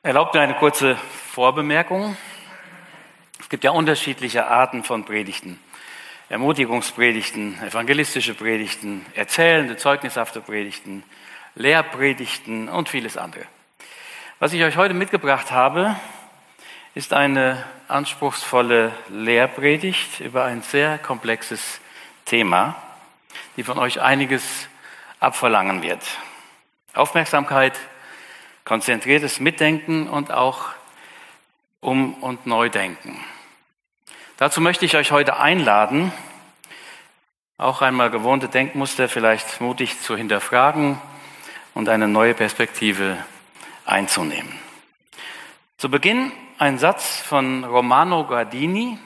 Erlaubt mir eine kurze Vorbemerkung. Es gibt ja unterschiedliche Arten von Predigten. Ermutigungspredigten, evangelistische Predigten, erzählende, zeugnishafte Predigten, Lehrpredigten und vieles andere. Was ich euch heute mitgebracht habe, ist eine anspruchsvolle Lehrpredigt über ein sehr komplexes Thema, die von euch einiges abverlangen wird. Aufmerksamkeit, konzentriertes Mitdenken und auch Um- und Neudenken. Dazu möchte ich euch heute einladen, auch einmal gewohnte Denkmuster vielleicht mutig zu hinterfragen und eine neue Perspektive einzunehmen. Zu Beginn ein Satz von Romano Guardini: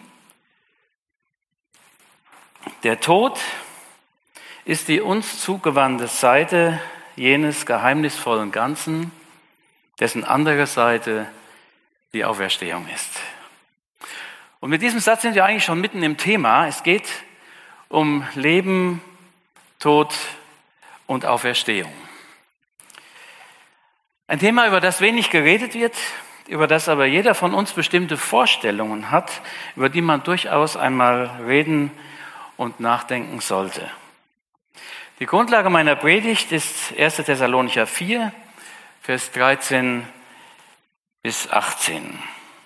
Der Tod ist die uns zugewandte Seite jenes geheimnisvollen Ganzen, dessen andere Seite die Auferstehung ist. Und mit diesem Satz sind wir eigentlich schon mitten im Thema. Es geht um Leben, Tod und Auferstehung. Ein Thema, über das wenig geredet wird, über das aber jeder von uns bestimmte Vorstellungen hat, über die man durchaus einmal reden und nachdenken sollte. Die Grundlage meiner Predigt ist 1. Thessalonicher 4, Vers 13 bis 18.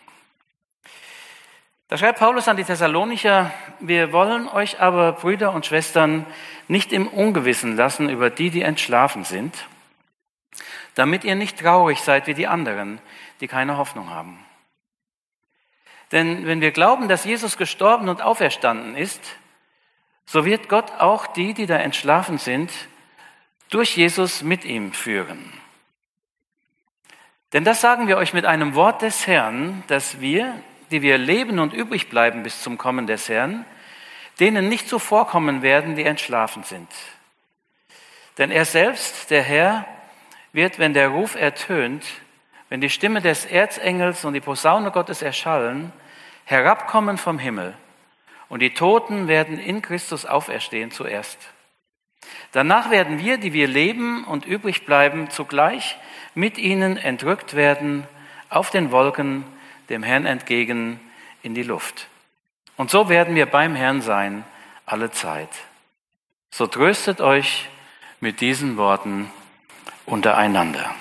Da schreibt Paulus an die Thessalonicher: Wir wollen euch aber, Brüder und Schwestern, nicht im Ungewissen lassen über die, die entschlafen sind, damit ihr nicht traurig seid wie die anderen, die keine Hoffnung haben. Denn wenn wir glauben, dass Jesus gestorben und auferstanden ist, so wird Gott auch die, die da entschlafen sind, durch Jesus mit ihm führen. Denn das sagen wir euch mit einem Wort des Herrn, dass wir, die wir leben und übrig bleiben bis zum Kommen des Herrn, denen nicht zuvorkommen werden, die entschlafen sind. Denn er selbst, der Herr, wird, wenn der Ruf ertönt, wenn die Stimme des Erzengels und die Posaune Gottes erschallen, herabkommen vom Himmel, und die Toten werden in Christus auferstehen zuerst. Danach werden wir, die wir leben und übrig bleiben, zugleich mit ihnen entrückt werden auf den Wolken dem Herrn entgegen in die Luft. Und so werden wir beim Herrn sein alle Zeit. So tröstet euch mit diesen Worten untereinander.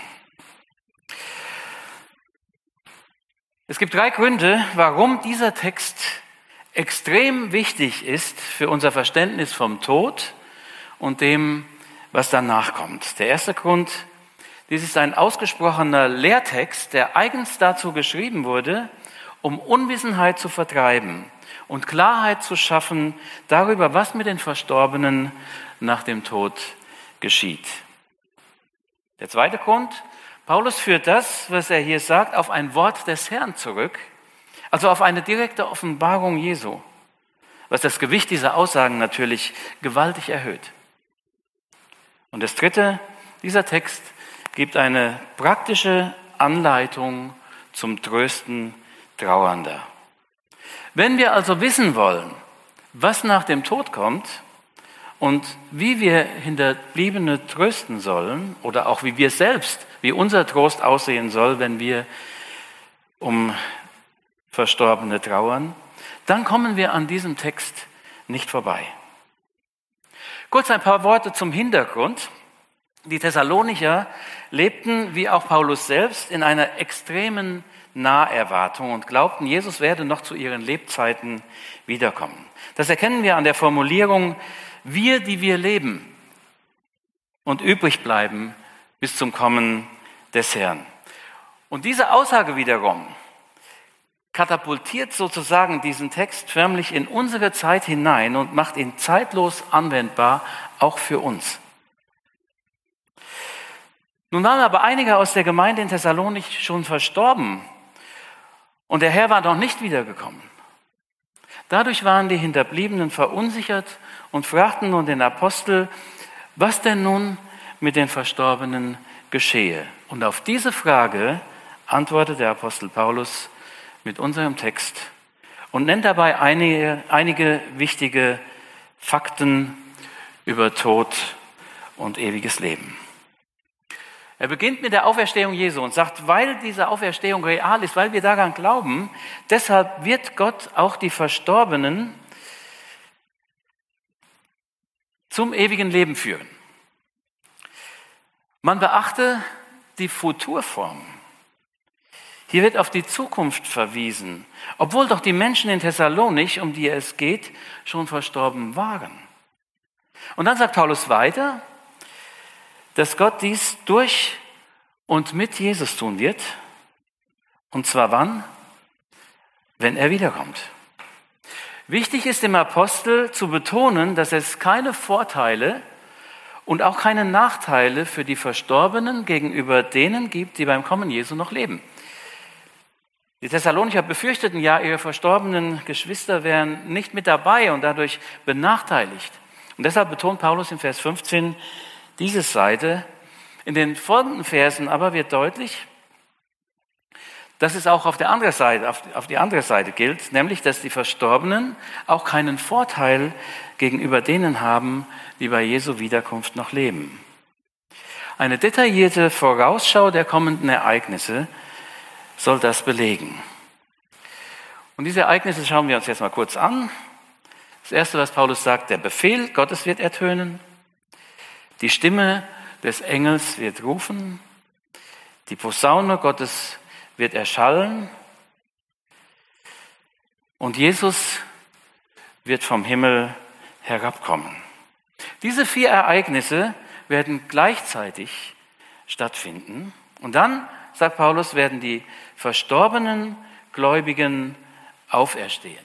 Es gibt 3 Gründe, warum dieser Text extrem wichtig ist für unser Verständnis vom Tod und dem, was danach kommt. Der erste Grund: Dies ist ein ausgesprochener Lehrtext, der eigens dazu geschrieben wurde, um Unwissenheit zu vertreiben und Klarheit zu schaffen darüber, was mit den Verstorbenen nach dem Tod geschieht. Der zweite Grund: Paulus führt das, was er hier sagt, auf ein Wort des Herrn zurück, also auf eine direkte Offenbarung Jesu, was das Gewicht dieser Aussagen natürlich gewaltig erhöht. Und das dritte: Dieser Text gibt eine praktische Anleitung zum Trösten Trauernder. Wenn wir also wissen wollen, was nach dem Tod kommt und wie wir Hinterbliebene trösten sollen oder auch wie wir selbst, wie unser Trost aussehen soll, wenn wir um Verstorbene trauern, dann kommen wir an diesem Text nicht vorbei. Kurz ein paar Worte zum Hintergrund. Die Thessalonicher lebten, wie auch Paulus selbst, in einer extremen Naherwartung und glaubten, Jesus werde noch zu ihren Lebzeiten wiederkommen. Das erkennen wir an der Formulierung: Wir, die wir leben und übrig bleiben bis zum Kommen des Herrn. Und diese Aussage wiederum katapultiert sozusagen diesen Text förmlich in unsere Zeit hinein und macht ihn zeitlos anwendbar, auch für uns. Nun waren aber einige aus der Gemeinde in Thessalonich schon verstorben und der Herr war noch nicht wiedergekommen. Dadurch waren die Hinterbliebenen verunsichert und fragten nun den Apostel, was denn nun mit den Verstorbenen geschehe. Und auf diese Frage antwortet der Apostel Paulus mit unserem Text und nennt dabei einige wichtige Fakten über Tod und ewiges Leben. Er beginnt mit der Auferstehung Jesu und sagt, weil diese Auferstehung real ist, weil wir daran glauben, deshalb wird Gott auch die Verstorbenen zum ewigen Leben führen. Man beachte die Futurform. Hier wird auf die Zukunft verwiesen, obwohl doch die Menschen in Thessalonich, um die es geht, schon verstorben waren. Und dann sagt Paulus weiter, dass Gott dies durch und mit Jesus tun wird. Und zwar wann? Wenn er wiederkommt. Wichtig ist dem Apostel zu betonen, dass es keine Vorteile und auch keine Nachteile für die Verstorbenen gegenüber denen gibt, die beim Kommen Jesu noch leben. Die Thessalonicher befürchteten ja, ihre verstorbenen Geschwister wären nicht mit dabei und dadurch benachteiligt. Und deshalb betont Paulus in Vers 15 diese Seite. In den folgenden Versen aber wird deutlich, dass es auch auf die andere Seite gilt, nämlich, dass die Verstorbenen auch keinen Vorteil gegenüber denen haben, die bei Jesu Wiederkunft noch leben. Eine detaillierte Vorausschau der kommenden Ereignisse soll das belegen. Und diese Ereignisse schauen wir uns jetzt mal kurz an. Das Erste, was Paulus sagt, der Befehl Gottes wird ertönen, die Stimme des Engels wird rufen, die Posaune Gottes wird erschallen und Jesus wird vom Himmel herabkommen. Diese 4 Ereignisse werden gleichzeitig stattfinden und dann, sagt Paulus, werden die verstorbenen Gläubigen auferstehen.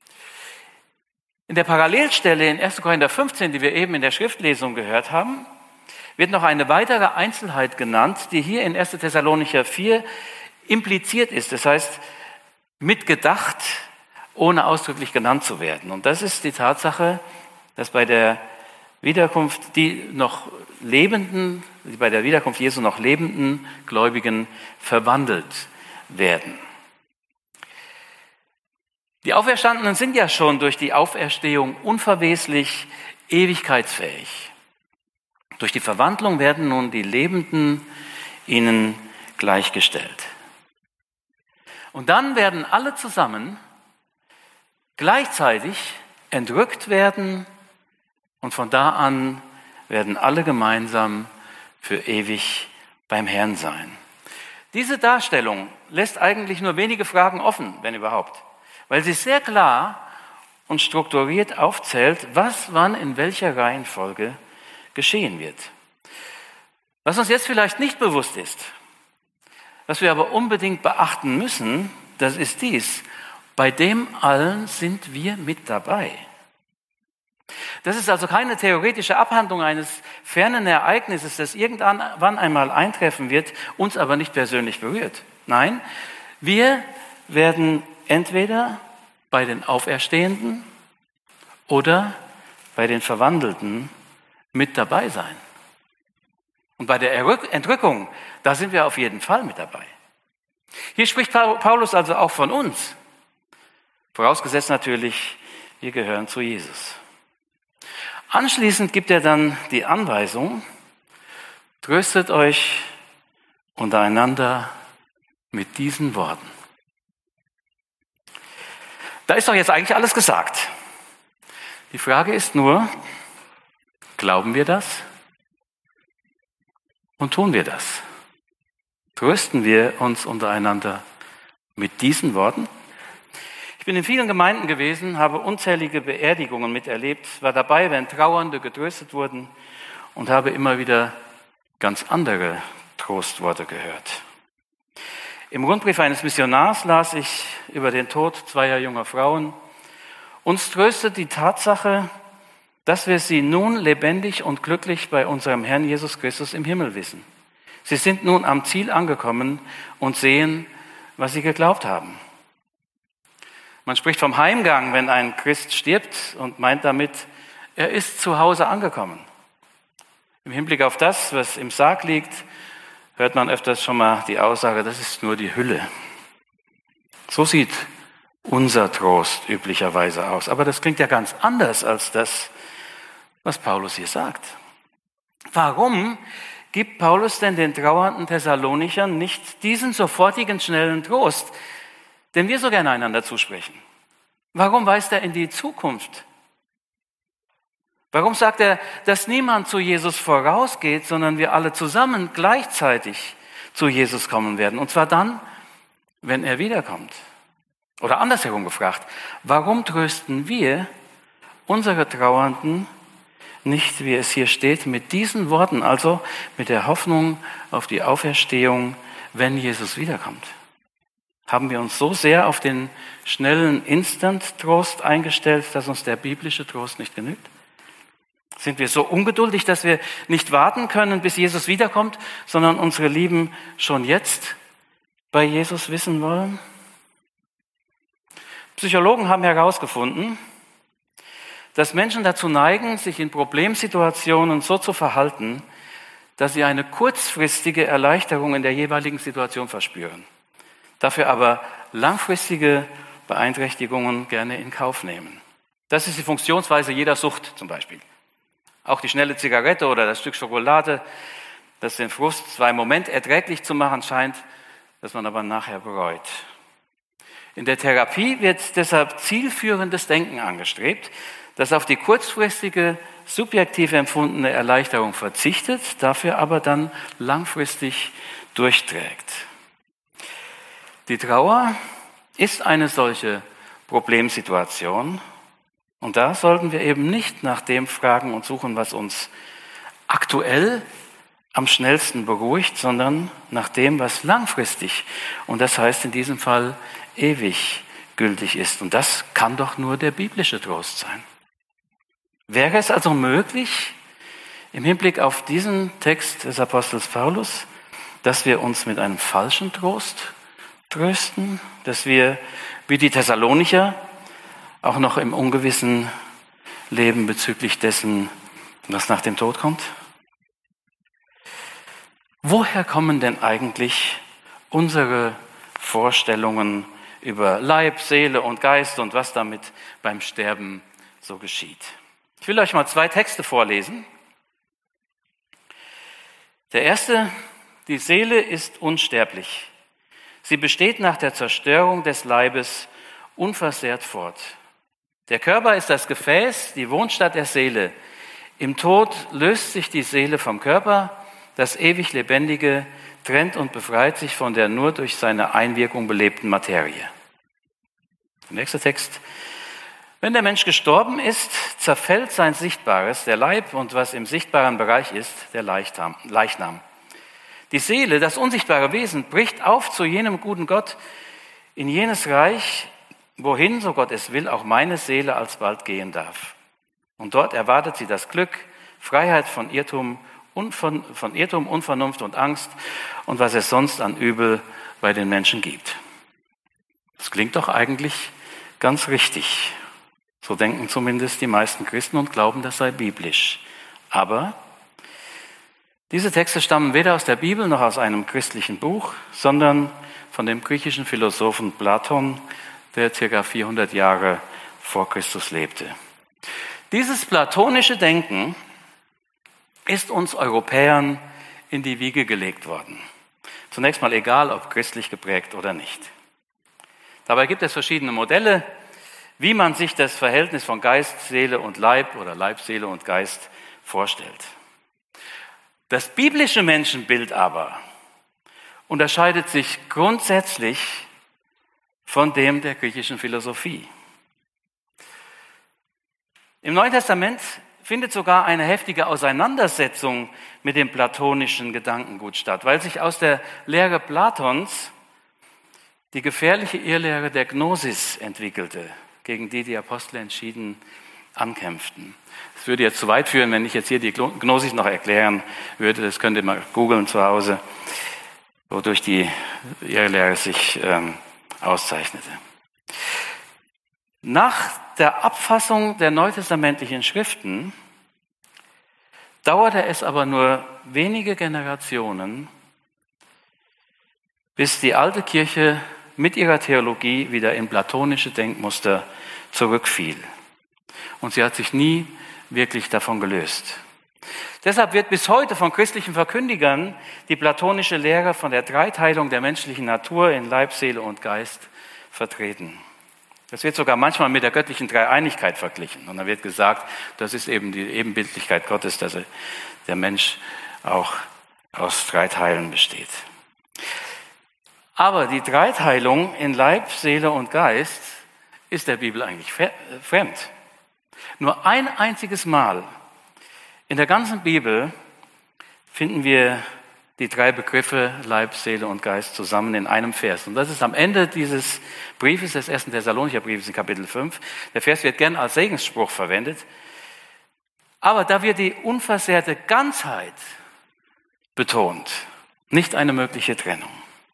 In der Parallelstelle in 1. Korinther 15, die wir eben in der Schriftlesung gehört haben, wird noch eine weitere Einzelheit genannt, die hier in 1. Thessalonicher 4 impliziert ist. Das heißt, mitgedacht, ohne ausdrücklich genannt zu werden. Und das ist die Tatsache, dass bei der Wiederkunft bei der Wiederkunft Jesu noch lebenden Gläubigen verwandelt werden. Die Auferstandenen sind ja schon durch die Auferstehung unverweslich ewigkeitsfähig. Durch die Verwandlung werden nun die Lebenden ihnen gleichgestellt. Und dann werden alle zusammen gleichzeitig entrückt werden und von da an werden alle gemeinsam für ewig beim Herrn sein. Diese Darstellung lässt eigentlich nur wenige Fragen offen, wenn überhaupt, weil sie sehr klar und strukturiert aufzählt, was wann in welcher Reihenfolge geschehen wird. Was uns jetzt vielleicht nicht bewusst ist, was wir aber unbedingt beachten müssen, das ist dies: Bei dem allen sind wir mit dabei. Das ist also keine theoretische Abhandlung eines fernen Ereignisses, das irgendwann einmal eintreffen wird, uns aber nicht persönlich berührt. Nein, wir werden entweder bei den Auferstehenden oder bei den Verwandelten mit dabei sein. Und bei der Entrückung, da sind wir auf jeden Fall mit dabei. Hier spricht Paulus also auch von uns. Vorausgesetzt natürlich, wir gehören zu Jesus. Anschließend gibt er dann die Anweisung: Tröstet euch untereinander mit diesen Worten. Da ist doch jetzt eigentlich alles gesagt. Die Frage ist nur, glauben wir das und tun wir das? Trösten wir uns untereinander mit diesen Worten? Ich bin in vielen Gemeinden gewesen, habe unzählige Beerdigungen miterlebt, war dabei, wenn Trauernde getröstet wurden und habe immer wieder ganz andere Trostworte gehört. Im Rundbrief eines Missionars las ich über den Tod 2 junger Frauen. Uns tröstet die Tatsache, dass wir sie nun lebendig und glücklich bei unserem Herrn Jesus Christus im Himmel wissen. Sie sind nun am Ziel angekommen und sehen, was sie geglaubt haben. Man spricht vom Heimgang, wenn ein Christ stirbt, und meint damit, er ist zu Hause angekommen. Im Hinblick auf das, was im Sarg liegt, hört man öfters schon mal die Aussage, das ist nur die Hülle. So sieht unser Trost üblicherweise aus. Aber das klingt ja ganz anders als das, was Paulus hier sagt. Warum gibt Paulus denn den trauernden Thessalonichern nicht diesen sofortigen, schnellen Trost, den wir so gerne einander zusprechen? Warum weist er in die Zukunft? Warum sagt er, dass niemand zu Jesus vorausgeht, sondern wir alle zusammen gleichzeitig zu Jesus kommen werden? Und zwar dann, wenn er wiederkommt. Oder andersherum gefragt, warum trösten wir unsere Trauernden nicht, wie es hier steht, mit diesen Worten, also mit der Hoffnung auf die Auferstehung, wenn Jesus wiederkommt? Haben wir uns so sehr auf den schnellen Instant-Trost eingestellt, dass uns der biblische Trost nicht genügt? Sind wir so ungeduldig, dass wir nicht warten können, bis Jesus wiederkommt, sondern unsere Lieben schon jetzt bei Jesus wissen wollen? Psychologen haben herausgefunden, dass Menschen dazu neigen, sich in Problemsituationen so zu verhalten, dass sie eine kurzfristige Erleichterung in der jeweiligen Situation verspüren, dafür aber langfristige Beeinträchtigungen gerne in Kauf nehmen. Das ist die Funktionsweise jeder Sucht zum Beispiel. Auch die schnelle Zigarette oder das Stück Schokolade, das den Frust zwar im Moment erträglich zu machen scheint, das man aber nachher bereut. In der Therapie wird deshalb zielführendes Denken angestrebt, das auf die kurzfristige, subjektiv empfundene Erleichterung verzichtet, dafür aber dann langfristig durchträgt. Die Trauer ist eine solche Problemsituation und da sollten wir eben nicht nach dem fragen und suchen, was uns aktuell am schnellsten beruhigt, sondern nach dem, was langfristig und das heißt in diesem Fall ewig gültig ist. Und das kann doch nur der biblische Trost sein. Wäre es also möglich, im Hinblick auf diesen Text des Apostels Paulus, dass wir uns mit einem falschen Trost trösten, dass wir, wie die Thessalonicher, auch noch im Ungewissen leben bezüglich dessen, was nach dem Tod kommt? Woher kommen denn eigentlich unsere Vorstellungen über Leib, Seele und Geist und was damit beim Sterben so geschieht? Ich will euch mal 2 Texte vorlesen. Der erste: Die Seele ist unsterblich. Sie besteht nach der Zerstörung des Leibes unversehrt fort. Der Körper ist das Gefäß, die Wohnstatt der Seele. Im Tod löst sich die Seele vom Körper, das ewig Lebendige trennt und befreit sich von der nur durch seine Einwirkung belebten Materie. Der nächste Text: Wenn der Mensch gestorben ist, zerfällt sein Sichtbares, der Leib, und was im sichtbaren Bereich ist, der Leichnam. Die Seele, das unsichtbare Wesen, bricht auf zu jenem guten Gott in jenes Reich, wohin, so Gott es will, auch meine Seele alsbald gehen darf. Und dort erwartet sie das Glück, Freiheit von Irrtum, Unvernunft und Angst und was es sonst an Übel bei den Menschen gibt. Das klingt doch eigentlich ganz richtig. So denken zumindest die meisten Christen und glauben, das sei biblisch. Aber diese Texte stammen weder aus der Bibel noch aus einem christlichen Buch, sondern von dem griechischen Philosophen Platon, der ca. 400 Jahre vor Christus lebte. Dieses platonische Denken ist uns Europäern in die Wiege gelegt worden. Zunächst mal egal, ob christlich geprägt oder nicht. Dabei gibt es verschiedene Modelle, wie man sich das Verhältnis von Geist, Seele und Leib oder Leib, Seele und Geist vorstellt. Das biblische Menschenbild aber unterscheidet sich grundsätzlich von dem der griechischen Philosophie. Im Neuen Testament findet sogar eine heftige Auseinandersetzung mit dem platonischen Gedankengut statt, weil sich aus der Lehre Platons die gefährliche Irrlehre der Gnosis entwickelte, gegen die die Apostel entschieden ankämpften. Es würde jetzt zu weit führen, wenn ich jetzt hier die Gnosis noch erklären würde. Das könnt ihr mal googeln zu Hause, wodurch die Irrlehre sich auszeichnete. Nach der Abfassung der neutestamentlichen Schriften dauerte es aber nur wenige Generationen, bis die alte Kirche mit ihrer Theologie wieder in platonische Denkmuster zurückfiel. Und sie hat sich nie wirklich davon gelöst. Deshalb wird bis heute von christlichen Verkündigern die platonische Lehre von der Dreiteilung der menschlichen Natur in Leib, Seele und Geist vertreten. Das wird sogar manchmal mit der göttlichen Dreieinigkeit verglichen. Und dann wird gesagt, das ist eben die Ebenbildlichkeit Gottes, dass der Mensch auch aus 3 Teilen besteht. Aber die Dreiteilung in Leib, Seele und Geist ist der Bibel eigentlich fremd. Nur ein einziges Mal in der ganzen Bibel finden wir die 3 Begriffe Leib, Seele und Geist zusammen in einem Vers. Und das ist am Ende dieses Briefes, des 1. Thessalonicher Briefes in Kapitel 5. Der Vers wird gern als Segensspruch verwendet. Aber da wird die unversehrte Ganzheit betont, nicht eine mögliche Trennung.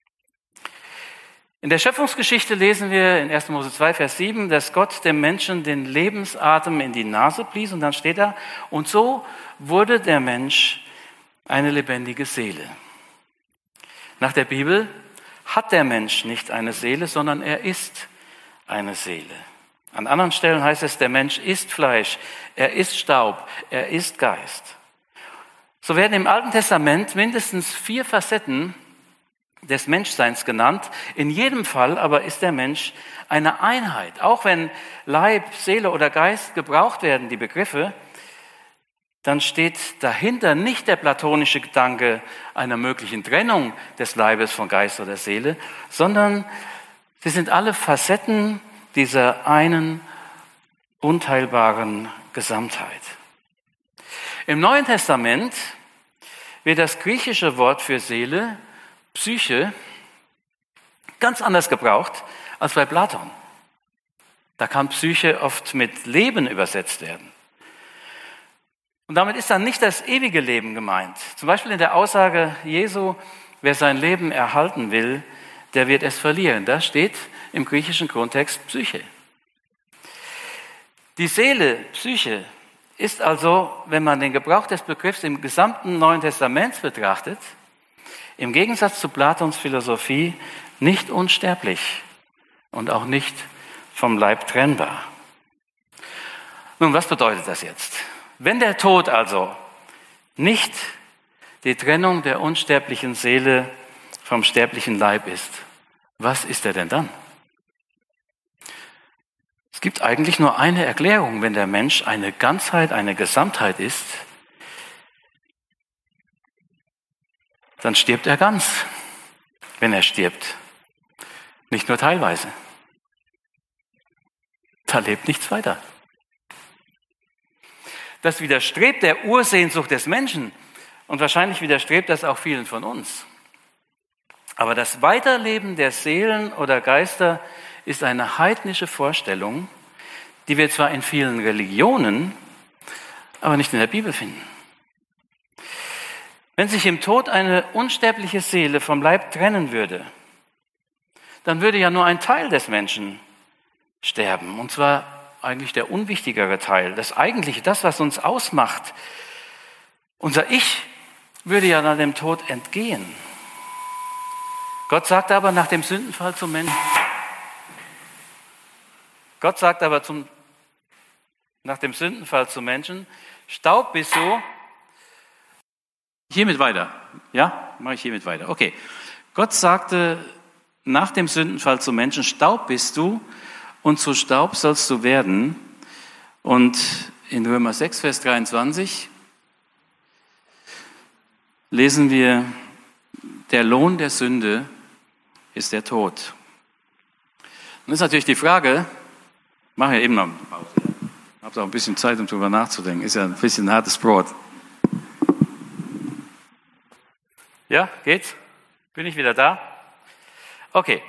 In der Schöpfungsgeschichte lesen wir in 1. Mose 2, Vers 7, dass Gott dem Menschen den Lebensatem in die Nase blies. Und dann steht da, und so wurde der Mensch eine lebendige Seele. Nach der Bibel hat der Mensch nicht eine Seele, sondern er ist eine Seele. An anderen Stellen heißt es, der Mensch ist Fleisch, er ist Staub, er ist Geist. So werden im Alten Testament mindestens 4 Facetten des Menschseins genannt. In jedem Fall aber ist der Mensch eine Einheit. Auch wenn Leib, Seele oder Geist gebraucht werden, die Begriffe, dann steht dahinter nicht der platonische Gedanke einer möglichen Trennung des Leibes von Geist oder Seele, sondern sie sind alle Facetten dieser einen unteilbaren Gesamtheit. Im Neuen Testament wird das griechische Wort für Seele, Psyche, ganz anders gebraucht als bei Platon. Da kann Psyche oft mit Leben übersetzt werden. Und damit ist dann nicht das ewige Leben gemeint. Zum Beispiel in der Aussage Jesu, wer sein Leben erhalten will, der wird es verlieren. Da steht im griechischen Grundtext Psyche. Die Seele, Psyche, ist also, wenn man den Gebrauch des Begriffs im gesamten Neuen Testament betrachtet, im Gegensatz zu Platons Philosophie nicht unsterblich und auch nicht vom Leib trennbar. Nun, was bedeutet das jetzt? Wenn der Tod also nicht die Trennung der unsterblichen Seele vom sterblichen Leib ist, was ist er denn dann? Es gibt eigentlich nur eine Erklärung, wenn der Mensch eine Ganzheit, eine Gesamtheit ist, dann stirbt er ganz, wenn er stirbt. Nicht nur teilweise. Da lebt nichts weiter. Das widerstrebt der Ursehnsucht des Menschen und wahrscheinlich widerstrebt das auch vielen von uns. Aber das Weiterleben der Seelen oder Geister ist eine heidnische Vorstellung, die wir zwar in vielen Religionen, aber nicht in der Bibel finden. Wenn sich im Tod eine unsterbliche Seele vom Leib trennen würde, dann würde ja nur ein Teil des Menschen sterben, und zwar eigentlich der unwichtigere Teil, das Eigentliche, das, was uns ausmacht. Unser Ich würde ja dann dem Tod entgehen. Gott sagt aber nach dem Sündenfall zum Menschen, nach dem Sündenfall zum Menschen, Staub bist du. Hiermit weiter. Ja, mache ich hiermit weiter. Okay. Gott sagte nach dem Sündenfall zum Menschen, Staub bist du und zu Staub sollst du werden. Und in Römer 6, Vers 23 lesen wir, der Lohn der Sünde ist der Tod. Und ist natürlich die Frage, mache ja eben noch eine Pause. Ich habe auch ein bisschen Zeit, um darüber nachzudenken. Ist ja ein bisschen hartes Brot. Ja, geht's? Bin ich wieder da? Okay.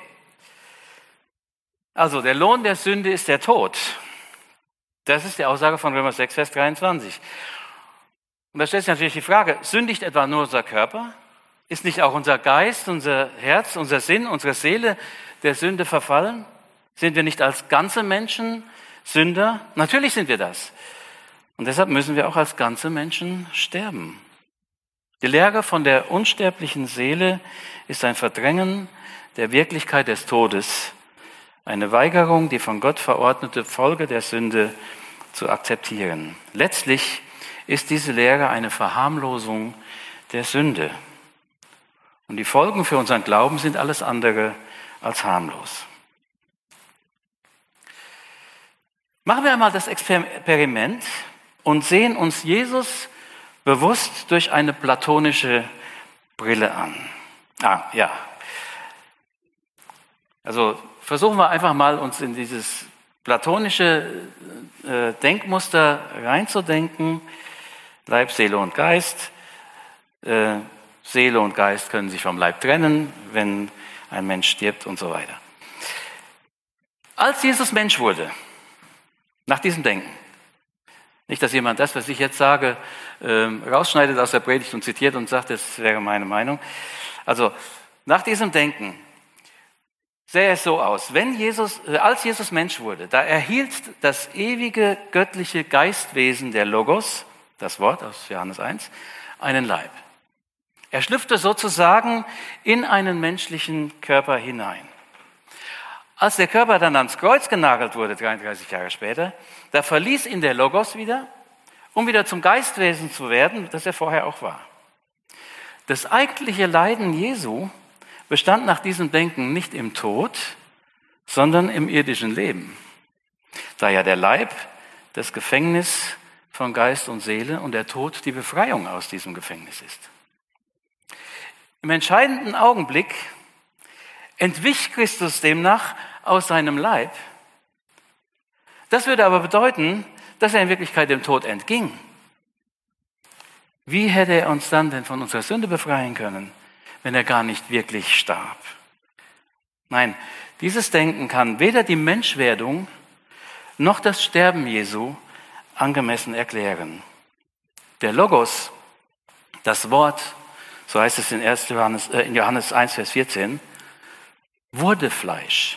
Also, der Lohn der Sünde ist der Tod. Das ist die Aussage von Römer 6, Vers 23. Und da stellt sich natürlich die Frage, sündigt etwa nur unser Körper? Ist nicht auch unser Geist, unser Herz, unser Sinn, unsere Seele der Sünde verfallen? Sind wir nicht als ganze Menschen Sünder? Natürlich sind wir das. Und deshalb müssen wir auch als ganze Menschen sterben. Die Lehre von der unsterblichen Seele ist ein Verdrängen der Wirklichkeit des Todes, eine Weigerung, die von Gott verordnete Folge der Sünde zu akzeptieren. Letztlich ist diese Lehre eine Verharmlosung der Sünde. Und die Folgen für unseren Glauben sind alles andere als harmlos. Machen wir einmal das Experiment und sehen uns Jesus bewusst durch eine platonische Brille an. Also versuchen wir einfach mal, uns in dieses platonische Denkmuster reinzudenken. Leib, Seele und Geist. Seele und Geist können sich vom Leib trennen, wenn ein Mensch stirbt und so weiter. Als Jesus Mensch wurde, nach diesem Denken, nicht, dass jemand das, was ich jetzt sage, rausschneidet aus der Predigt und zitiert und sagt, das wäre meine Meinung. Also nach diesem Denken sähe es so aus, als Jesus Mensch wurde, da erhielt das ewige göttliche Geistwesen der Logos, das Wort aus Johannes 1, einen Leib. Er schlüpfte sozusagen in einen menschlichen Körper hinein. Als der Körper dann ans Kreuz genagelt wurde, 33 Jahre später, da verließ ihn der Logos wieder, um wieder zum Geistwesen zu werden, das er vorher auch war. Das eigentliche Leiden Jesu bestand nach diesem Denken nicht im Tod, sondern im irdischen Leben. Da ja der Leib das Gefängnis von Geist und Seele und der Tod die Befreiung aus diesem Gefängnis ist. Im entscheidenden Augenblick entwich Christus demnach aus seinem Leib. Das würde aber bedeuten, dass er in Wirklichkeit dem Tod entging. Wie hätte er uns dann denn von unserer Sünde befreien können, wenn er gar nicht wirklich starb? Nein, dieses Denken kann weder die Menschwerdung noch das Sterben Jesu angemessen erklären. Der Logos, das Wort, so heißt es in Johannes 1, Vers 14, wurde Fleisch.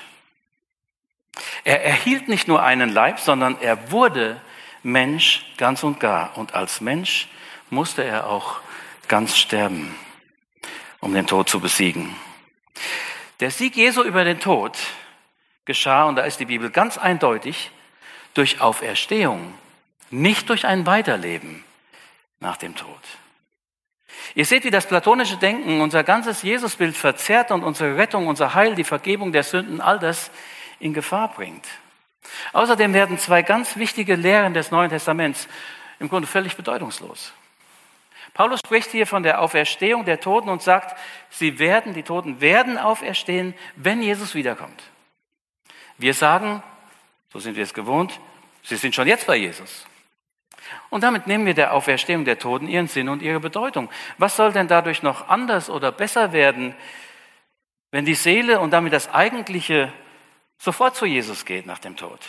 Er erhielt nicht nur einen Leib, sondern er wurde Mensch ganz und gar. Und als Mensch musste er auch ganz sterben, um den Tod zu besiegen. Der Sieg Jesu über den Tod geschah, und da ist die Bibel ganz eindeutig, durch Auferstehung, nicht durch ein Weiterleben nach dem Tod. Ihr seht, wie das platonische Denken unser ganzes Jesusbild verzerrt und unsere Rettung, unser Heil, die Vergebung der Sünden, all das in Gefahr bringt. Außerdem werden zwei ganz wichtige Lehren des Neuen Testaments im Grunde völlig bedeutungslos. Paulus spricht hier von der Auferstehung der Toten und sagt, die Toten werden auferstehen, wenn Jesus wiederkommt. Wir sagen, so sind wir es gewohnt, sie sind schon jetzt bei Jesus. Und damit nehmen wir der Auferstehung der Toten ihren Sinn und ihre Bedeutung. Was soll denn dadurch noch anders oder besser werden, wenn die Seele und damit das Eigentliche sofort zu Jesus geht nach dem Tod?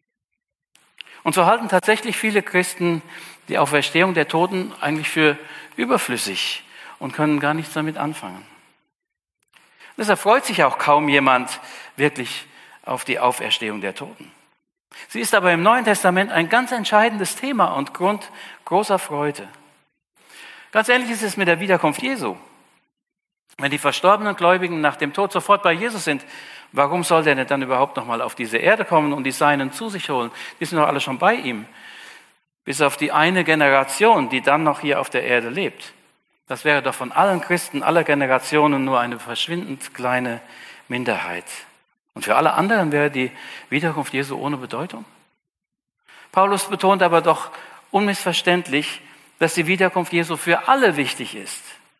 Und so halten tatsächlich viele Christen die Auferstehung der Toten eigentlich für überflüssig und können gar nichts damit anfangen. Deshalb freut sich auch kaum jemand wirklich auf die Auferstehung der Toten. Sie ist aber im Neuen Testament ein ganz entscheidendes Thema und Grund großer Freude. Ganz ähnlich ist es mit der Wiederkunft Jesu. Wenn die verstorbenen Gläubigen nach dem Tod sofort bei Jesus sind, warum soll der denn dann überhaupt noch mal auf diese Erde kommen und die Seinen zu sich holen? Die sind doch alle schon bei ihm. Bis auf die eine Generation, die dann noch hier auf der Erde lebt. Das wäre doch von allen Christen aller Generationen nur eine verschwindend kleine Minderheit. Und für alle anderen wäre die Wiederkunft Jesu ohne Bedeutung. Paulus betont aber doch unmissverständlich, dass die Wiederkunft Jesu für alle wichtig ist.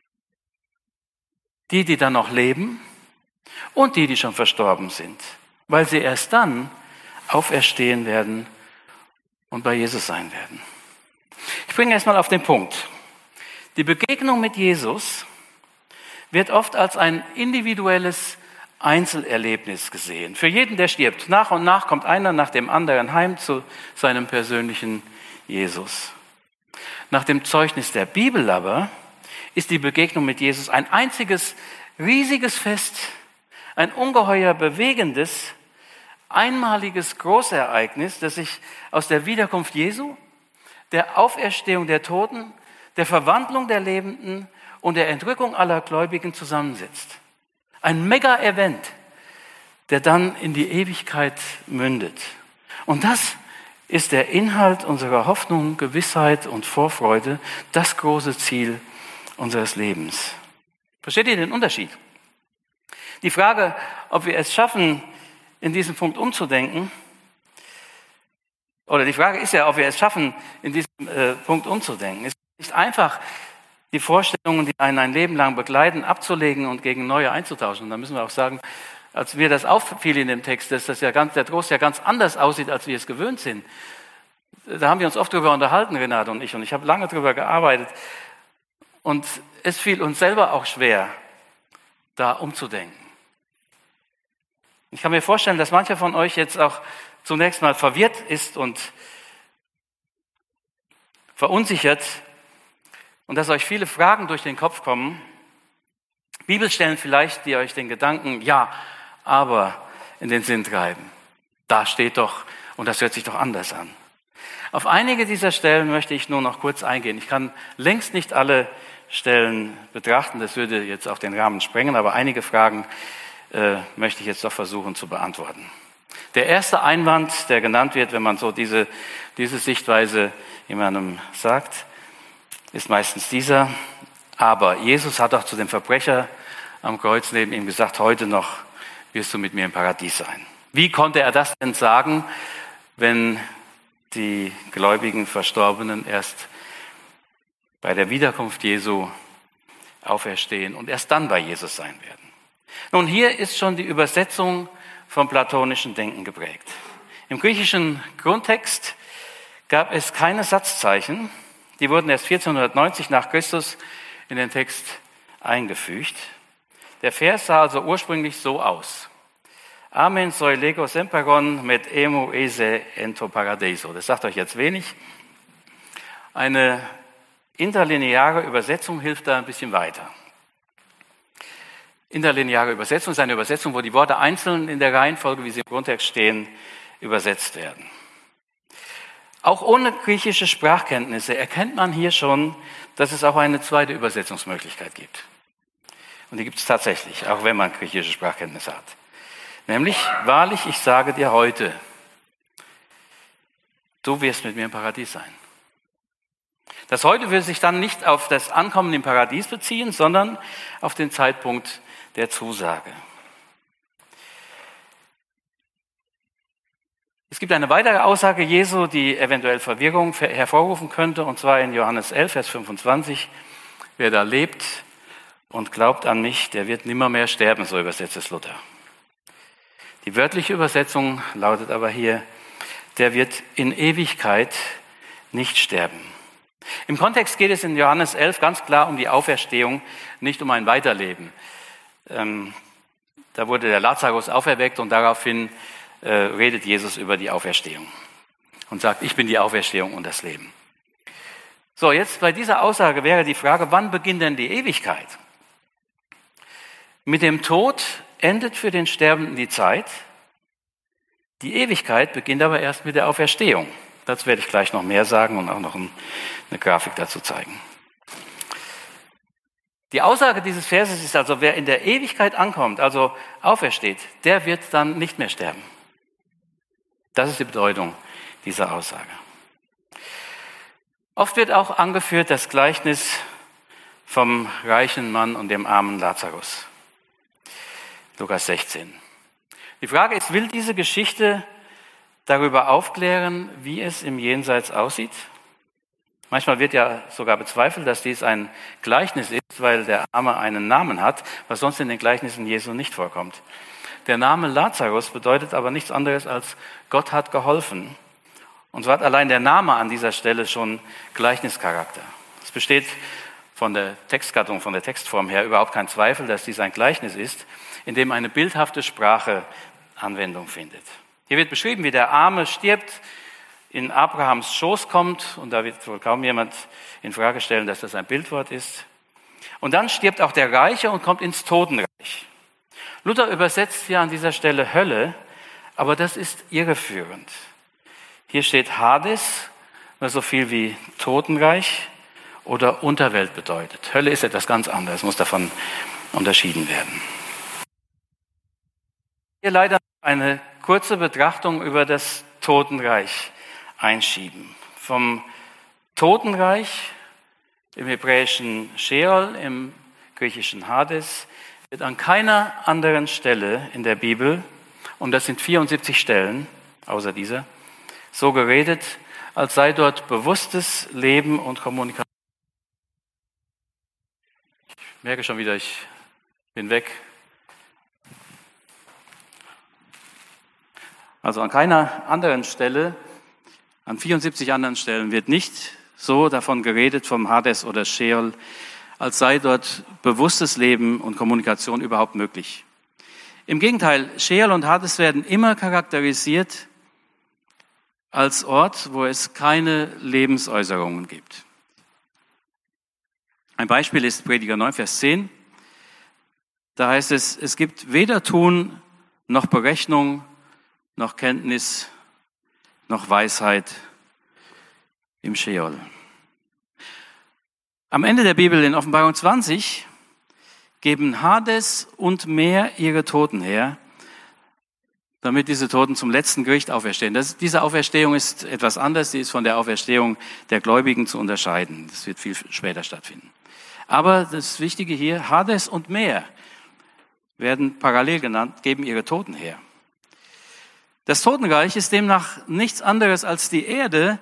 Die dann noch leben und die schon verstorben sind, weil sie erst dann auferstehen werden und bei Jesus sein werden. Ich bringe erst mal auf den Punkt. Die Begegnung mit Jesus wird oft als ein individuelles Einzelerlebnis gesehen. Für jeden, der stirbt. Nach und nach kommt einer nach dem anderen heim zu seinem persönlichen Jesus. Nach dem Zeugnis der Bibel aber ist die Begegnung mit Jesus ein einziges, riesiges Fest, ein ungeheuer bewegendes, einmaliges Großereignis, das sich aus der Wiederkunft Jesu, der Auferstehung der Toten, der Verwandlung der Lebenden und der Entrückung aller Gläubigen zusammensetzt. Ein Mega-Event, der dann in die Ewigkeit mündet. Und das ist der Inhalt unserer Hoffnung, Gewissheit und Vorfreude das große Ziel unseres Lebens. Versteht ihr den Unterschied? Die Frage, ob wir es schaffen, in diesem Punkt umzudenken, oder die Frage ist ja, ob wir es schaffen, in diesem Punkt umzudenken. Es ist nicht einfach, die Vorstellungen, die einen ein Leben lang begleiten, abzulegen und gegen neue einzutauschen. Und da müssen wir auch sagen, als mir das auffiel in dem Text, dass der Trost ja ganz anders aussieht, als wir es gewöhnt sind. Da haben wir uns oft darüber unterhalten, Renate und ich habe lange darüber gearbeitet. Und es fiel uns selber auch schwer, da umzudenken. Ich kann mir vorstellen, dass mancher von euch jetzt auch zunächst mal verwirrt ist und verunsichert und dass euch viele Fragen durch den Kopf kommen. Bibelstellen vielleicht, die euch den Gedanken, ja, aber in den Sinn treiben. Da steht doch, und das hört sich doch anders an. Auf einige dieser Stellen möchte ich nur noch kurz eingehen. Ich kann längst nicht alle Stellen betrachten, das würde jetzt auch den Rahmen sprengen, aber einige Fragen möchte ich jetzt doch versuchen zu beantworten. Der erste Einwand, der genannt wird, wenn man so diese Sichtweise jemandem sagt, ist meistens dieser: Aber Jesus hat auch zu dem Verbrecher am Kreuz neben ihm gesagt, heute noch wirst du mit mir im Paradies sein. Wie konnte er das denn sagen, wenn die gläubigen Verstorbenen erst bei der Wiederkunft Jesu auferstehen und erst dann bei Jesus sein werden? Nun, hier ist schon die Übersetzung vom platonischen Denken geprägt. Im griechischen Grundtext gab es keine Satzzeichen. Die wurden erst 1490 nach Christus in den Text eingefügt. Der Vers sah also ursprünglich so aus: Amen soi lego semperon met emu ese ento paradiso. Das sagt euch jetzt wenig. Eine interlineare Übersetzung hilft da ein bisschen weiter. Interlineare Übersetzung ist eine Übersetzung, wo die Worte einzeln in der Reihenfolge, wie sie im Grundtext stehen, übersetzt werden. Auch ohne griechische Sprachkenntnisse erkennt man hier schon, dass es auch eine zweite Übersetzungsmöglichkeit gibt. Und die gibt es tatsächlich, auch wenn man griechische Sprachkenntnisse hat. Nämlich, wahrlich, ich sage dir heute, du wirst mit mir im Paradies sein. Das heute würde sich dann nicht auf das Ankommen im Paradies beziehen, sondern auf den Zeitpunkt der Zusage. Es gibt eine weitere Aussage Jesu, die eventuell Verwirrung hervorrufen könnte, und zwar in Johannes 11, Vers 25. Wer da lebt und glaubt an mich, der wird nimmermehr sterben, so übersetzt es Luther. Die wörtliche Übersetzung lautet aber hier, der wird in Ewigkeit nicht sterben. Im Kontext geht es in Johannes 11 ganz klar um die Auferstehung, nicht um ein Weiterleben. Da wurde der Lazarus auferweckt und daraufhin redet Jesus über die Auferstehung und sagt, ich bin die Auferstehung und das Leben. So, jetzt bei dieser Aussage wäre die Frage, wann beginnt denn die Ewigkeit? Mit dem Tod endet für den Sterbenden die Zeit. Die Ewigkeit beginnt aber erst mit der Auferstehung. Dazu werde ich gleich noch mehr sagen und auch noch eine Grafik dazu zeigen. Die Aussage dieses Verses ist also, wer in der Ewigkeit ankommt, also aufersteht, der wird dann nicht mehr sterben. Das ist die Bedeutung dieser Aussage. Oft wird auch angeführt das Gleichnis vom reichen Mann und dem armen Lazarus. Lukas 16. Die Frage ist, will diese Geschichte darüber aufklären, wie es im Jenseits aussieht? Manchmal wird ja sogar bezweifelt, dass dies ein Gleichnis ist, weil der Arme einen Namen hat, was sonst in den Gleichnissen Jesu nicht vorkommt. Der Name Lazarus bedeutet aber nichts anderes als Gott hat geholfen. Und so hat allein der Name an dieser Stelle schon Gleichnischarakter. Es besteht von der Textgattung, von der Textform her überhaupt kein Zweifel, dass dies ein Gleichnis ist, in dem eine bildhafte Sprache Anwendung findet. Hier wird beschrieben, wie der Arme stirbt, in Abrahams Schoß kommt, und da wird wohl kaum jemand in Frage stellen, dass das ein Bildwort ist. Und dann stirbt auch der Reiche und kommt ins Totenreich. Luther übersetzt hier an dieser Stelle Hölle, aber das ist irreführend. Hier steht Hades, was so viel wie Totenreich oder Unterwelt bedeutet. Hölle ist etwas ganz anderes, muss davon unterschieden werden. Hier leider eine kurze Betrachtung über das Totenreich. einschieben. Vom Totenreich, im hebräischen Sheol, im griechischen Hades, wird an keiner anderen Stelle in der Bibel, und das sind 74 Stellen, außer dieser, so geredet, als sei dort bewusstes Leben und Kommunikation. Ich merke schon wieder, ich bin weg. Also an keiner anderen Stelle, an 74 anderen Stellen wird nicht so davon geredet vom Hades oder Sheol, als sei dort bewusstes Leben und Kommunikation überhaupt möglich. Im Gegenteil, Sheol und Hades werden immer charakterisiert als Ort, wo es keine Lebensäußerungen gibt. Ein Beispiel ist Prediger 9, Vers 10. Da heißt es, es gibt weder Tun noch Berechnung, noch Kenntnis, noch Weisheit im Sheol. Am Ende der Bibel in Offenbarung 20 geben Hades und Meer ihre Toten her, damit diese Toten zum letzten Gericht auferstehen. Diese Auferstehung ist etwas anders, die ist von der Auferstehung der Gläubigen zu unterscheiden. Das wird viel später stattfinden. Aber das Wichtige hier, Hades und Meer werden parallel genannt, geben ihre Toten her. Das Totenreich ist demnach nichts anderes als die Erde,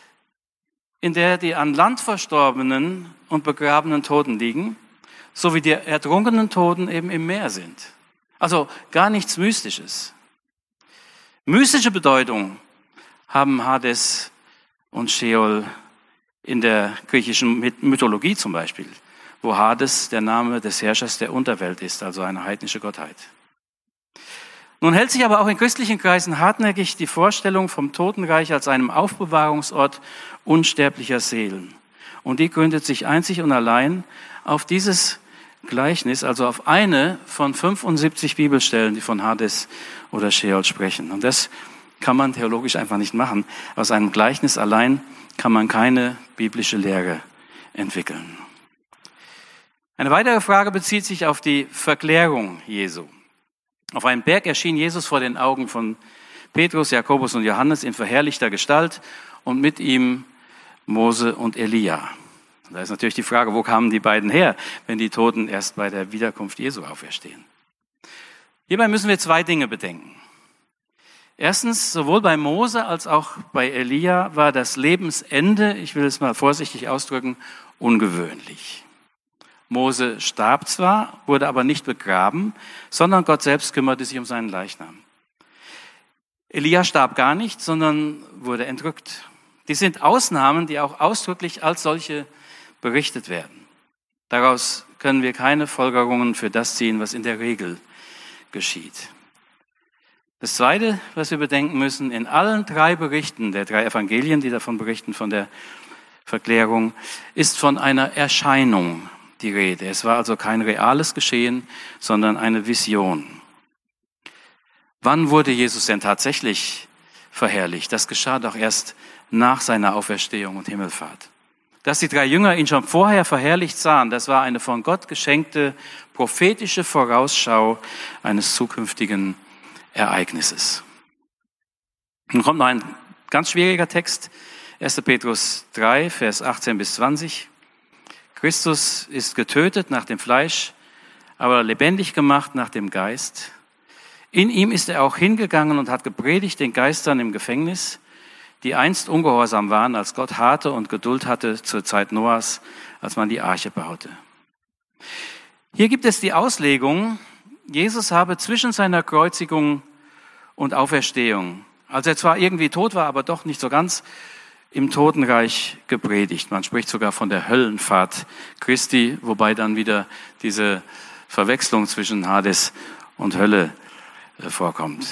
in der die an Land verstorbenen und begrabenen Toten liegen, so wie die ertrunkenen Toten eben im Meer sind. Also gar nichts Mystisches. Mystische Bedeutung haben Hades und Sheol in der griechischen Mythologie zum Beispiel, wo Hades der Name des Herrschers der Unterwelt ist, also eine heidnische Gottheit. Nun hält sich aber auch in christlichen Kreisen hartnäckig die Vorstellung vom Totenreich als einem Aufbewahrungsort unsterblicher Seelen. Und die gründet sich einzig und allein auf dieses Gleichnis, also auf eine von 75 Bibelstellen, die von Hades oder Sheol sprechen. Und das kann man theologisch einfach nicht machen. Aus einem Gleichnis allein kann man keine biblische Lehre entwickeln. Eine weitere Frage bezieht sich auf die Verklärung Jesu. Auf einem Berg erschien Jesus vor den Augen von Petrus, Jakobus und Johannes in verherrlichter Gestalt und mit ihm Mose und Elia. Da ist natürlich die Frage, wo kamen die beiden her, wenn die Toten erst bei der Wiederkunft Jesu auferstehen? Hierbei müssen wir zwei Dinge bedenken. Erstens, sowohl bei Mose als auch bei Elia war das Lebensende, ich will es mal vorsichtig ausdrücken, ungewöhnlich. Mose starb zwar, wurde aber nicht begraben, sondern Gott selbst kümmerte sich um seinen Leichnam. Elia starb gar nicht, sondern wurde entrückt. Die sind Ausnahmen, die auch ausdrücklich als solche berichtet werden. Daraus können wir keine Folgerungen für das ziehen, was in der Regel geschieht. Das Zweite, was wir bedenken müssen, in allen drei Berichten der drei Evangelien, die davon berichten, von der Verklärung, ist von einer Erscheinung die Rede. Es war also kein reales Geschehen, sondern eine Vision. Wann wurde Jesus denn tatsächlich verherrlicht? Das geschah doch erst nach seiner Auferstehung und Himmelfahrt. Dass die drei Jünger ihn schon vorher verherrlicht sahen, das war eine von Gott geschenkte prophetische Vorausschau eines zukünftigen Ereignisses. Nun kommt noch ein ganz schwieriger Text, 1. Petrus 3, Vers 18 bis 20. Christus ist getötet nach dem Fleisch, aber lebendig gemacht nach dem Geist. In ihm ist er auch hingegangen und hat gepredigt den Geistern im Gefängnis, die einst ungehorsam waren, als Gott harte und Geduld hatte zur Zeit Noahs, als man die Arche baute. Hier gibt es die Auslegung, Jesus habe zwischen seiner Kreuzigung und Auferstehung, als er zwar irgendwie tot war, aber doch nicht so ganz, im Totenreich gepredigt. Man spricht sogar von der Höllenfahrt Christi, wobei dann wieder diese Verwechslung zwischen Hades und Hölle vorkommt.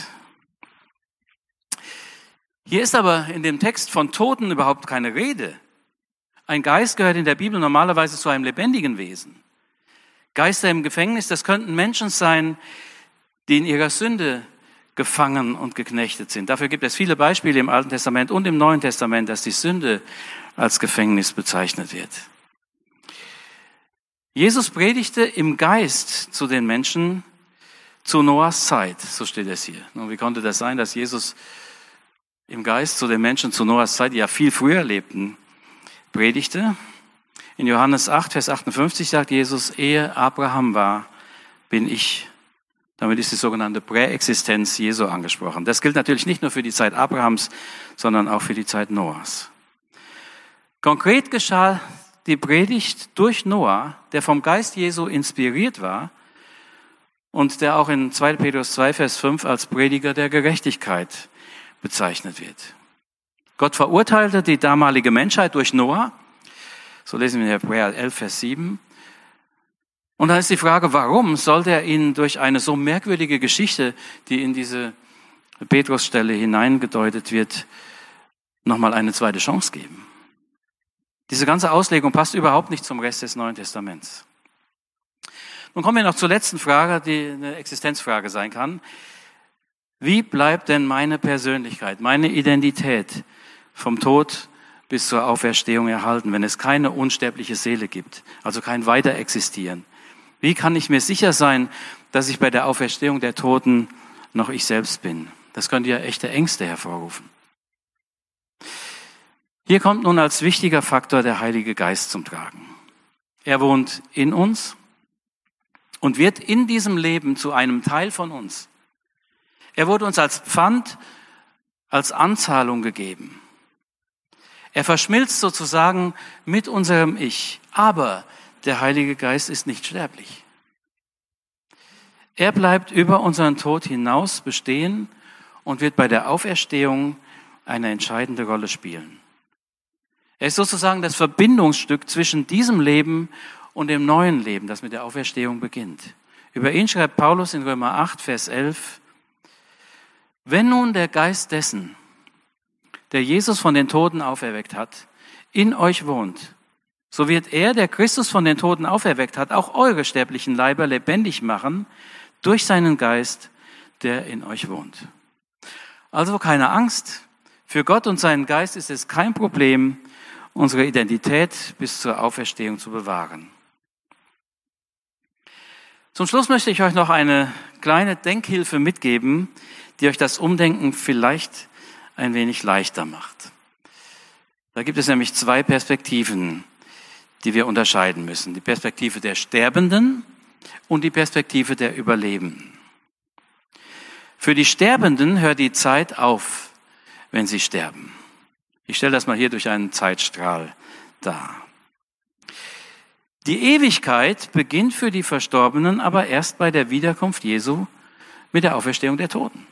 Hier ist aber in dem Text von Toten überhaupt keine Rede. Ein Geist gehört in der Bibel normalerweise zu einem lebendigen Wesen. Geister im Gefängnis, das könnten Menschen sein, die in ihrer Sünde gefangen und geknechtet sind. Dafür gibt es viele Beispiele im Alten Testament und im Neuen Testament, dass die Sünde als Gefängnis bezeichnet wird. Jesus predigte im Geist zu den Menschen zu Noahs Zeit, so steht es hier. Nun, wie konnte das sein, dass Jesus im Geist zu den Menschen zu Noahs Zeit, die ja viel früher lebten, predigte. In Johannes 8, Vers 58 sagt Jesus, ehe Abraham war, bin ich. Damit ist die sogenannte Präexistenz Jesu angesprochen. Das gilt natürlich nicht nur für die Zeit Abrahams, sondern auch für die Zeit Noahs. Konkret geschah die Predigt durch Noah, der vom Geist Jesu inspiriert war und der auch in 2. Petrus 2, Vers 5 als Prediger der Gerechtigkeit bezeichnet wird. Gott verurteilte die damalige Menschheit durch Noah, so lesen wir in Hebräer 11, Vers 7. Und da ist die Frage, warum sollte er ihnen durch eine so merkwürdige Geschichte, die in diese Petrusstelle hineingedeutet wird, nochmal eine zweite Chance geben? Diese ganze Auslegung passt überhaupt nicht zum Rest des Neuen Testaments. Nun kommen wir noch zur letzten Frage, die eine Existenzfrage sein kann. Wie bleibt denn meine Persönlichkeit, meine Identität vom Tod bis zur Auferstehung erhalten, wenn es keine unsterbliche Seele gibt, also kein Weiterexistieren? Wie kann ich mir sicher sein, dass ich bei der Auferstehung der Toten noch ich selbst bin? Das könnte ja echte Ängste hervorrufen. Hier kommt nun als wichtiger Faktor der Heilige Geist zum Tragen. Er wohnt in uns und wird in diesem Leben zu einem Teil von uns. Er wurde uns als Pfand, als Anzahlung gegeben. Er verschmilzt sozusagen mit unserem Ich. Aber der Heilige Geist ist nicht sterblich. Er bleibt über unseren Tod hinaus bestehen und wird bei der Auferstehung eine entscheidende Rolle spielen. Er ist sozusagen das Verbindungsstück zwischen diesem Leben und dem neuen Leben, das mit der Auferstehung beginnt. Über ihn schreibt Paulus in Römer 8, Vers 11, wenn nun der Geist dessen, der Jesus von den Toten auferweckt hat, in euch wohnt, so wird er, der Christus von den Toten auferweckt hat, auch eure sterblichen Leiber lebendig machen durch seinen Geist, der in euch wohnt. Also keine Angst. Für Gott und seinen Geist ist es kein Problem, unsere Identität bis zur Auferstehung zu bewahren. Zum Schluss möchte ich euch noch eine kleine Denkhilfe mitgeben, die euch das Umdenken vielleicht ein wenig leichter macht. Da gibt es nämlich zwei Perspektiven, die wir unterscheiden müssen. Die Perspektive der Sterbenden und die Perspektive der Überlebenden. Für die Sterbenden hört die Zeit auf, wenn sie sterben. Ich stelle das mal hier durch einen Zeitstrahl dar. Die Ewigkeit beginnt für die Verstorbenen aber erst bei der Wiederkunft Jesu mit der Auferstehung der Toten.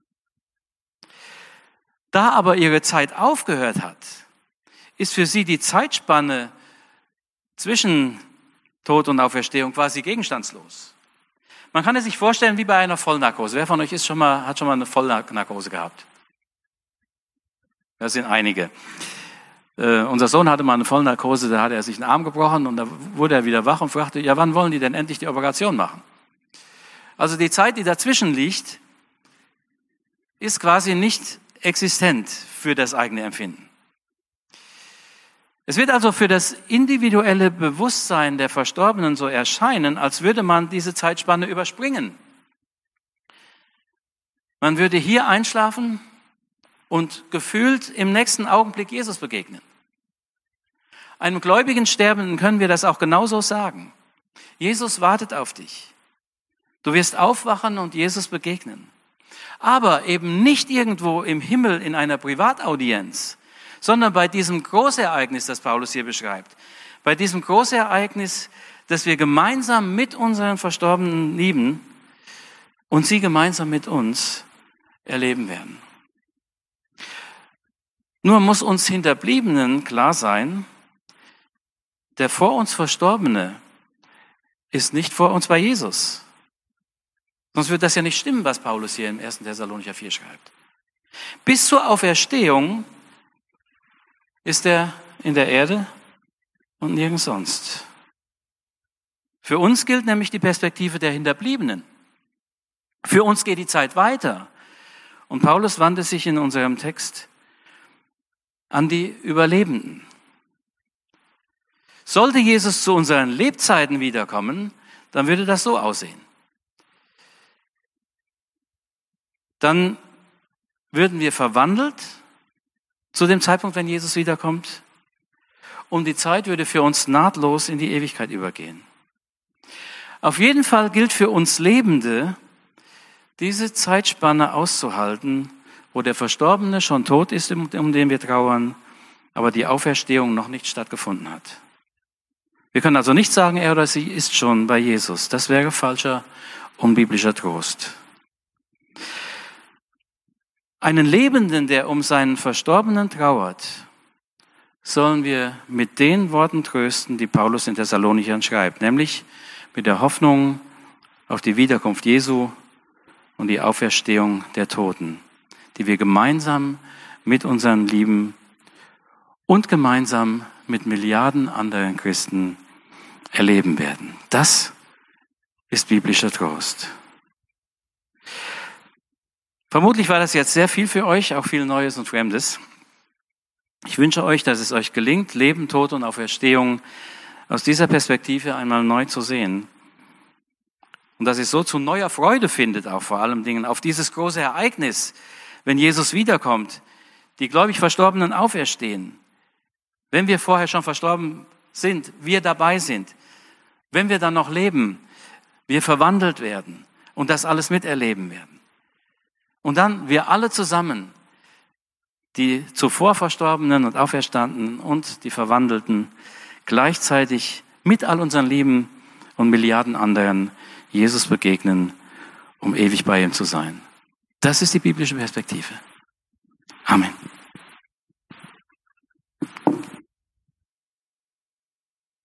Da aber ihre Zeit aufgehört hat, ist für sie die Zeitspanne zwischen Tod und Auferstehung quasi gegenstandslos. Man kann es sich vorstellen wie bei einer Vollnarkose. Wer von euch hat schon mal eine Vollnarkose gehabt? Das sind einige. Unser Sohn hatte mal eine Vollnarkose, da hat er sich einen Arm gebrochen und da wurde er wieder wach und fragte, ja, wann wollen die denn endlich die Operation machen? Also die Zeit, die dazwischen liegt, ist quasi nicht existent für das eigene Empfinden. Es wird also für das individuelle Bewusstsein der Verstorbenen so erscheinen, als würde man diese Zeitspanne überspringen. Man würde hier einschlafen und gefühlt im nächsten Augenblick Jesus begegnen. Einem gläubigen Sterbenden können wir das auch genauso sagen. Jesus wartet auf dich. Du wirst aufwachen und Jesus begegnen. Aber eben nicht irgendwo im Himmel in einer Privataudienz, sondern bei diesem Großereignis, das Paulus hier beschreibt. Bei diesem Großereignis, das wir gemeinsam mit unseren Verstorbenen lieben und sie gemeinsam mit uns erleben werden. Nur muss uns Hinterbliebenen klar sein, der vor uns Verstorbene ist nicht vor uns bei Jesus. Sonst wird das ja nicht stimmen, was Paulus hier im 1. Thessalonicher 4 schreibt. Bis zur Auferstehung ist er in der Erde und nirgends sonst. Für uns gilt nämlich die Perspektive der Hinterbliebenen. Für uns geht die Zeit weiter. Und Paulus wandte sich in unserem Text an die Überlebenden. Sollte Jesus zu unseren Lebzeiten wiederkommen, dann würde das so aussehen. Dann würden wir verwandelt zu dem Zeitpunkt, wenn Jesus wiederkommt. Und die Zeit würde für uns nahtlos in die Ewigkeit übergehen. Auf jeden Fall gilt für uns Lebende, diese Zeitspanne auszuhalten, wo der Verstorbene schon tot ist, um den wir trauern, aber die Auferstehung noch nicht stattgefunden hat. Wir können also nicht sagen, er oder sie ist schon bei Jesus. Das wäre falscher, unbiblischer Trost. Einen Lebenden, der um seinen Verstorbenen trauert, sollen wir mit den Worten trösten, die Paulus in Thessalonichern schreibt, nämlich mit der Hoffnung auf die Wiederkunft Jesu und die Auferstehung der Toten, die wir gemeinsam mit unseren Lieben und gemeinsam mit Milliarden anderen Christen erleben werden. Das ist biblischer Trost. Vermutlich war das jetzt sehr viel für euch, auch viel Neues und Fremdes. Ich wünsche euch, dass es euch gelingt, Leben, Tod und Auferstehung aus dieser Perspektive einmal neu zu sehen. Und dass ihr so zu neuer Freude findet, auch vor allem Dingen, auf dieses große Ereignis, wenn Jesus wiederkommt, die gläubig Verstorbenen auferstehen. Wenn wir vorher schon verstorben sind, wir dabei sind. Wenn wir dann noch leben, wir verwandelt werden und das alles miterleben werden. Und dann wir alle zusammen, die zuvor Verstorbenen und Auferstandenen und die Verwandelten, gleichzeitig mit all unseren Lieben und Milliarden anderen Jesus begegnen, um ewig bei ihm zu sein. Das ist die biblische Perspektive. Amen.